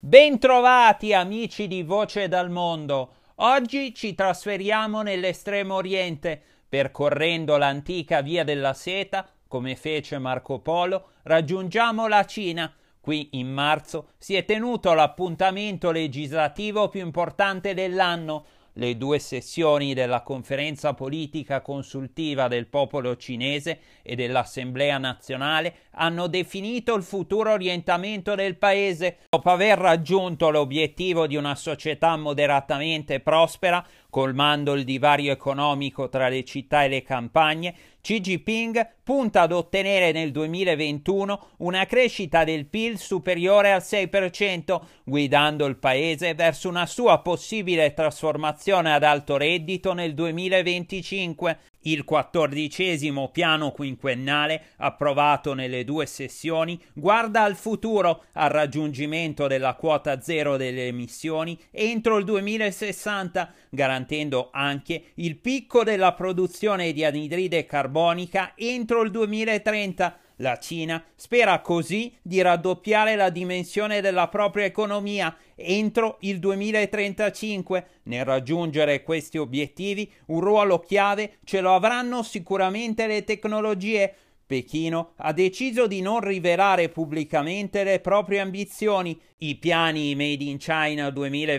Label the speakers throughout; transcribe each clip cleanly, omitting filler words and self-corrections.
Speaker 1: Bentrovati amici di Voce dal Mondo. Oggi ci trasferiamo nell'Estremo Oriente, percorrendo l'antica Via della Seta, come fece Marco Polo, raggiungiamo la Cina. Qui in marzo si è tenuto l'appuntamento legislativo più importante dell'anno. Le due sessioni della Conferenza Politica Consultiva del Popolo Cinese e dell'Assemblea Nazionale hanno definito il futuro orientamento del paese. Dopo aver raggiunto l'obiettivo di una società moderatamente prospera, colmando il divario economico tra le città e le campagne, Xi Jinping punta ad ottenere nel 2021 una crescita del PIL superiore al 6%, guidando il paese verso una sua possibile trasformazione ad alto reddito nel 2025. Il 14° piano quinquennale, approvato nelle due sessioni, guarda al futuro, al raggiungimento della quota zero delle emissioni entro il 2060, garantendo anche il picco della produzione di anidride carbonica entro il 2030. La Cina spera così di raddoppiare la dimensione della propria economia entro il 2035. Nel raggiungere questi obiettivi, un ruolo chiave ce lo avranno sicuramente le tecnologie. Pechino ha deciso di non rivelare pubblicamente le proprie ambizioni. I piani Made in China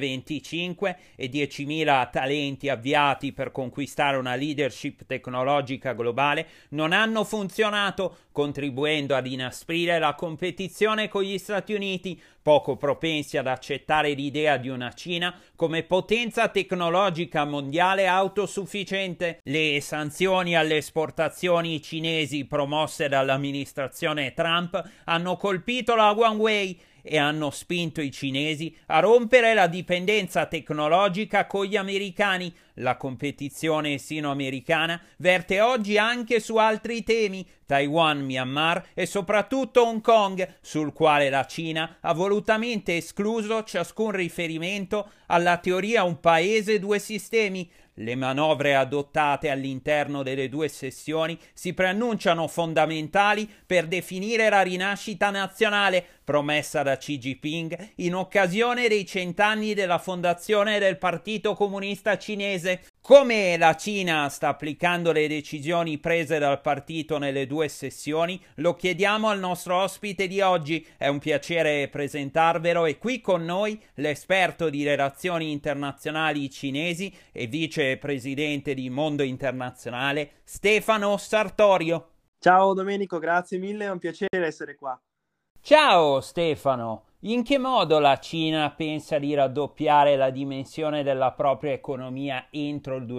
Speaker 1: 2025 e 10.000 talenti avviati per conquistare una leadership tecnologica globale non hanno funzionato, contribuendo ad inasprire la competizione con gli Stati Uniti, poco propensi ad accettare l'idea di una Cina come potenza tecnologica mondiale autosufficiente. Le sanzioni alle esportazioni cinesi promosse dall'amministrazione Trump hanno colpito la Huawei e hanno spinto i cinesi a rompere la dipendenza tecnologica con gli americani. La competizione sino-americana verte oggi anche su altri temi, Taiwan, Myanmar e soprattutto Hong Kong, sul quale la Cina ha volutamente escluso ciascun riferimento alla teoria un paese, due sistemi. Le manovre adottate all'interno delle due sessioni si preannunciano fondamentali per definire la rinascita nazionale promessa da Xi Jinping in occasione dei 100 anni della fondazione del Partito Comunista Cinese. Come la Cina sta applicando le decisioni prese dal partito nelle due sessioni, lo chiediamo al nostro ospite di oggi. È un piacere presentarvelo e qui con noi l'esperto di relazioni internazionali cinesi e vicepresidente di Mondo Internazionale, Stefano Sartorio.
Speaker 2: Ciao Domenico, grazie mille, è un piacere essere qua.
Speaker 1: Ciao Stefano, in che modo la Cina pensa di raddoppiare la dimensione della propria economia entro il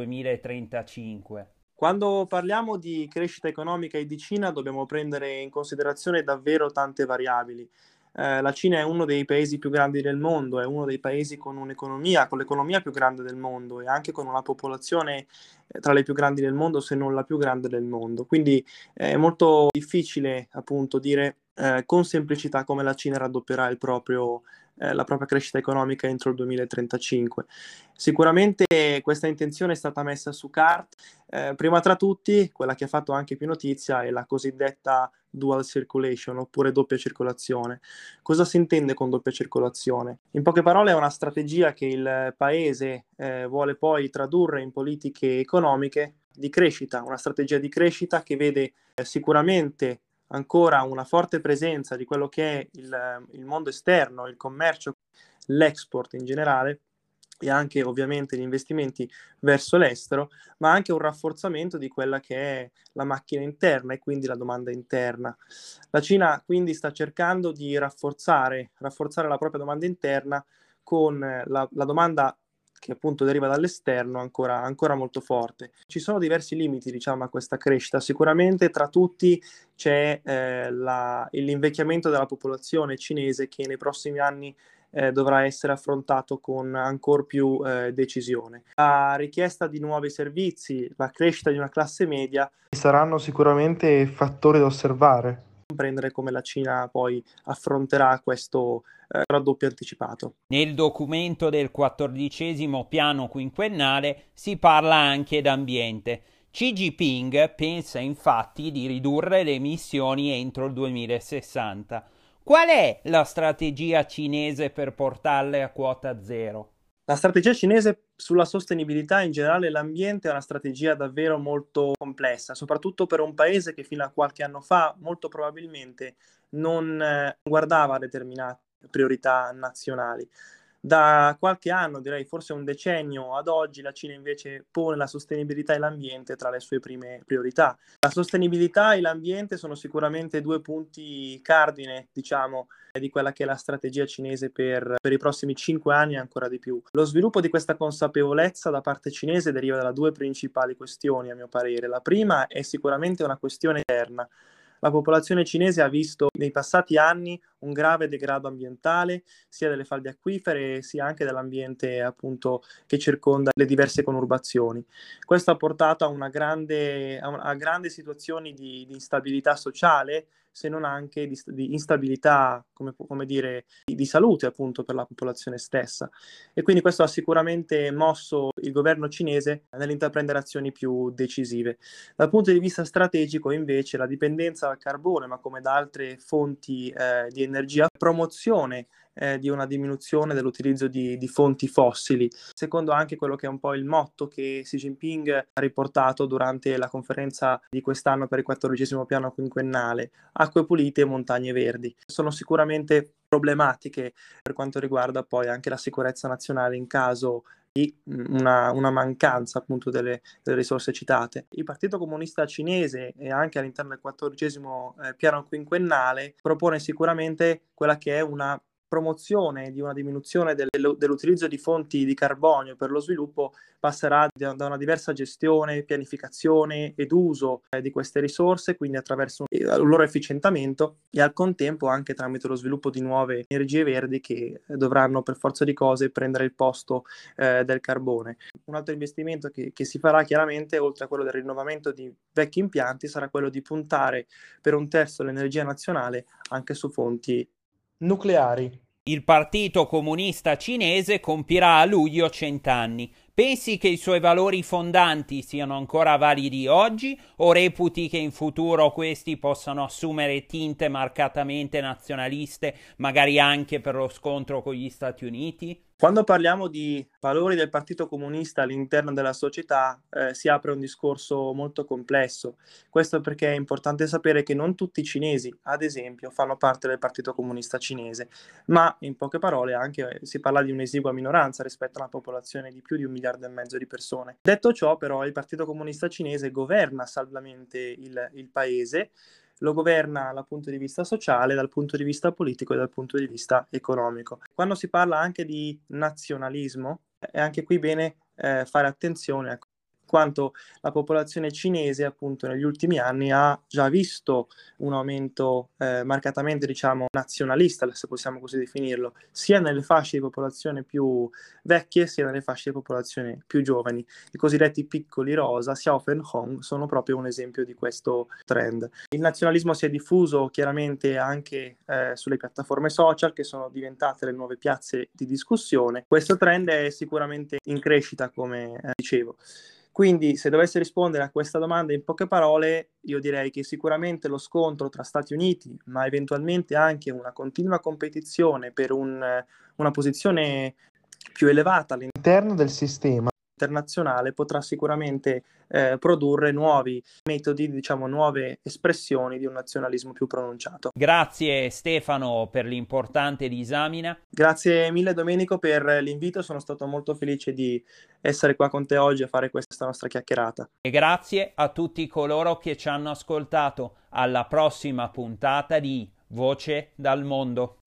Speaker 1: 2035?
Speaker 2: Quando parliamo di crescita economica e di Cina dobbiamo prendere in considerazione davvero tante variabili. La Cina è uno dei paesi più grandi del mondo, è uno dei paesi con l'economia più grande del mondo e anche con una popolazione tra le più grandi del mondo, se non la più grande del mondo. Quindi è molto difficile appunto dire con semplicità come la Cina raddoppierà la propria crescita economica entro il 2035. Sicuramente questa intenzione è stata messa su carta. Prima tra tutti, quella che ha fatto anche più notizia è la cosiddetta dual circulation, oppure doppia circolazione. Cosa si intende con doppia circolazione? In poche parole è una strategia che il paese vuole poi tradurre in politiche economiche di crescita, una strategia di crescita che vede sicuramente ancora una forte presenza di quello che è il mondo esterno, il commercio, l'export in generale e anche ovviamente gli investimenti verso l'estero, ma anche un rafforzamento di quella che è la macchina interna e quindi la domanda interna. La Cina quindi sta cercando di rafforzare la propria domanda interna con la domanda che appunto deriva dall'esterno ancora molto forte. Ci sono diversi limiti, diciamo, a questa crescita. Sicuramente tra tutti c'è l'invecchiamento della popolazione cinese che nei prossimi anni dovrà essere affrontato con ancor più decisione. La richiesta di nuovi servizi, la crescita di una classe media saranno sicuramente fattori da osservare. Comprendere come la Cina poi affronterà questo raddoppio anticipato.
Speaker 1: Nel documento del 14° piano quinquennale si parla anche d'ambiente. Xi Jinping pensa infatti di ridurre le emissioni entro il 2060. Qual è la strategia cinese per portarle a quota zero?
Speaker 2: La strategia cinese sulla sostenibilità in generale e l'ambiente è una strategia davvero molto complessa, soprattutto per un paese che fino a qualche anno fa molto probabilmente non guardava a determinate priorità nazionali. Da qualche anno, direi forse un decennio ad oggi, la Cina invece pone la sostenibilità e l'ambiente tra le sue prime priorità. La sostenibilità e l'ambiente sono sicuramente due punti cardine, diciamo, di quella che è la strategia cinese per i prossimi 5 anni e ancora di più. Lo sviluppo di questa consapevolezza da parte cinese deriva da due principali questioni, a mio parere. La prima è sicuramente una questione interna. La popolazione cinese ha visto nei passati anni un grave degrado ambientale, sia delle falde acquifere sia anche dell'ambiente appunto che circonda le diverse conurbazioni. Questo ha portato a grandi situazioni di instabilità sociale, se non anche di instabilità, come dire, di salute appunto per la popolazione stessa. E quindi questo ha sicuramente mosso il governo cinese nell'intraprendere azioni più decisive. Dal punto di vista strategico, invece, la dipendenza dal carbone, ma come da altre fonti di energia, promozione di una diminuzione dell'utilizzo di fonti fossili, secondo anche quello che è un po' il motto che Xi Jinping ha riportato durante la conferenza di quest'anno per il 14° piano quinquennale: acque pulite e montagne verdi. Sono sicuramente problematiche per quanto riguarda poi anche la sicurezza nazionale in caso di una mancanza appunto delle risorse citate. Il Partito Comunista Cinese, e anche all'interno del 14° piano quinquennale, propone sicuramente quella che è una promozione di una diminuzione dell'utilizzo di fonti di carbonio per lo sviluppo. Passerà da una diversa gestione, pianificazione ed uso di queste risorse, quindi attraverso il loro efficientamento e al contempo anche tramite lo sviluppo di nuove energie verdi che dovranno per forza di cose prendere il posto del carbone. Un altro investimento che si farà chiaramente, oltre a quello del rinnovamento di vecchi impianti, sarà quello di puntare per un terzo l'energia nazionale anche su fonti nucleari.
Speaker 1: Il Partito Comunista Cinese compirà a luglio 100 anni. Pensi che i suoi valori fondanti siano ancora validi oggi o reputi che in futuro questi possano assumere tinte marcatamente nazionaliste, magari anche per lo scontro con gli Stati Uniti?
Speaker 2: Quando parliamo di valori del Partito Comunista all'interno della società, si apre un discorso molto complesso. Questo perché è importante sapere che non tutti i cinesi, ad esempio, fanno parte del Partito Comunista Cinese, ma in poche parole anche si parla di un'esigua minoranza rispetto a una popolazione di più di 1,5 miliardi di persone. Detto ciò, però, il Partito Comunista Cinese governa saldamente il paese. Lo governa dal punto di vista sociale, dal punto di vista politico e dal punto di vista economico. Quando si parla anche di nazionalismo, è anche qui bene fare attenzione a quanto la popolazione cinese appunto negli ultimi anni ha già visto un aumento marcatamente, diciamo, nazionalista, se possiamo così definirlo, sia nelle fasce di popolazione più vecchie sia nelle fasce di popolazione più giovani. I cosiddetti piccoli rosa, Xiaofenhong, sono proprio un esempio di questo trend. Il nazionalismo si è diffuso chiaramente anche sulle piattaforme social, che sono diventate le nuove piazze di discussione. Questo trend è sicuramente in crescita, come dicevo. Quindi, se dovessi rispondere a questa domanda in poche parole, io direi che sicuramente lo scontro tra Stati Uniti, ma eventualmente anche una continua competizione per una posizione più elevata all'interno del sistema internazionale, potrà sicuramente produrre nuovi metodi, diciamo nuove espressioni di un nazionalismo più pronunciato.
Speaker 1: Grazie Stefano per l'importante disamina.
Speaker 2: Grazie mille Domenico per l'invito, sono stato molto felice di essere qua con te oggi a fare questa nostra chiacchierata.
Speaker 1: E grazie a tutti coloro che ci hanno ascoltato. Alla prossima puntata di Voce dal Mondo.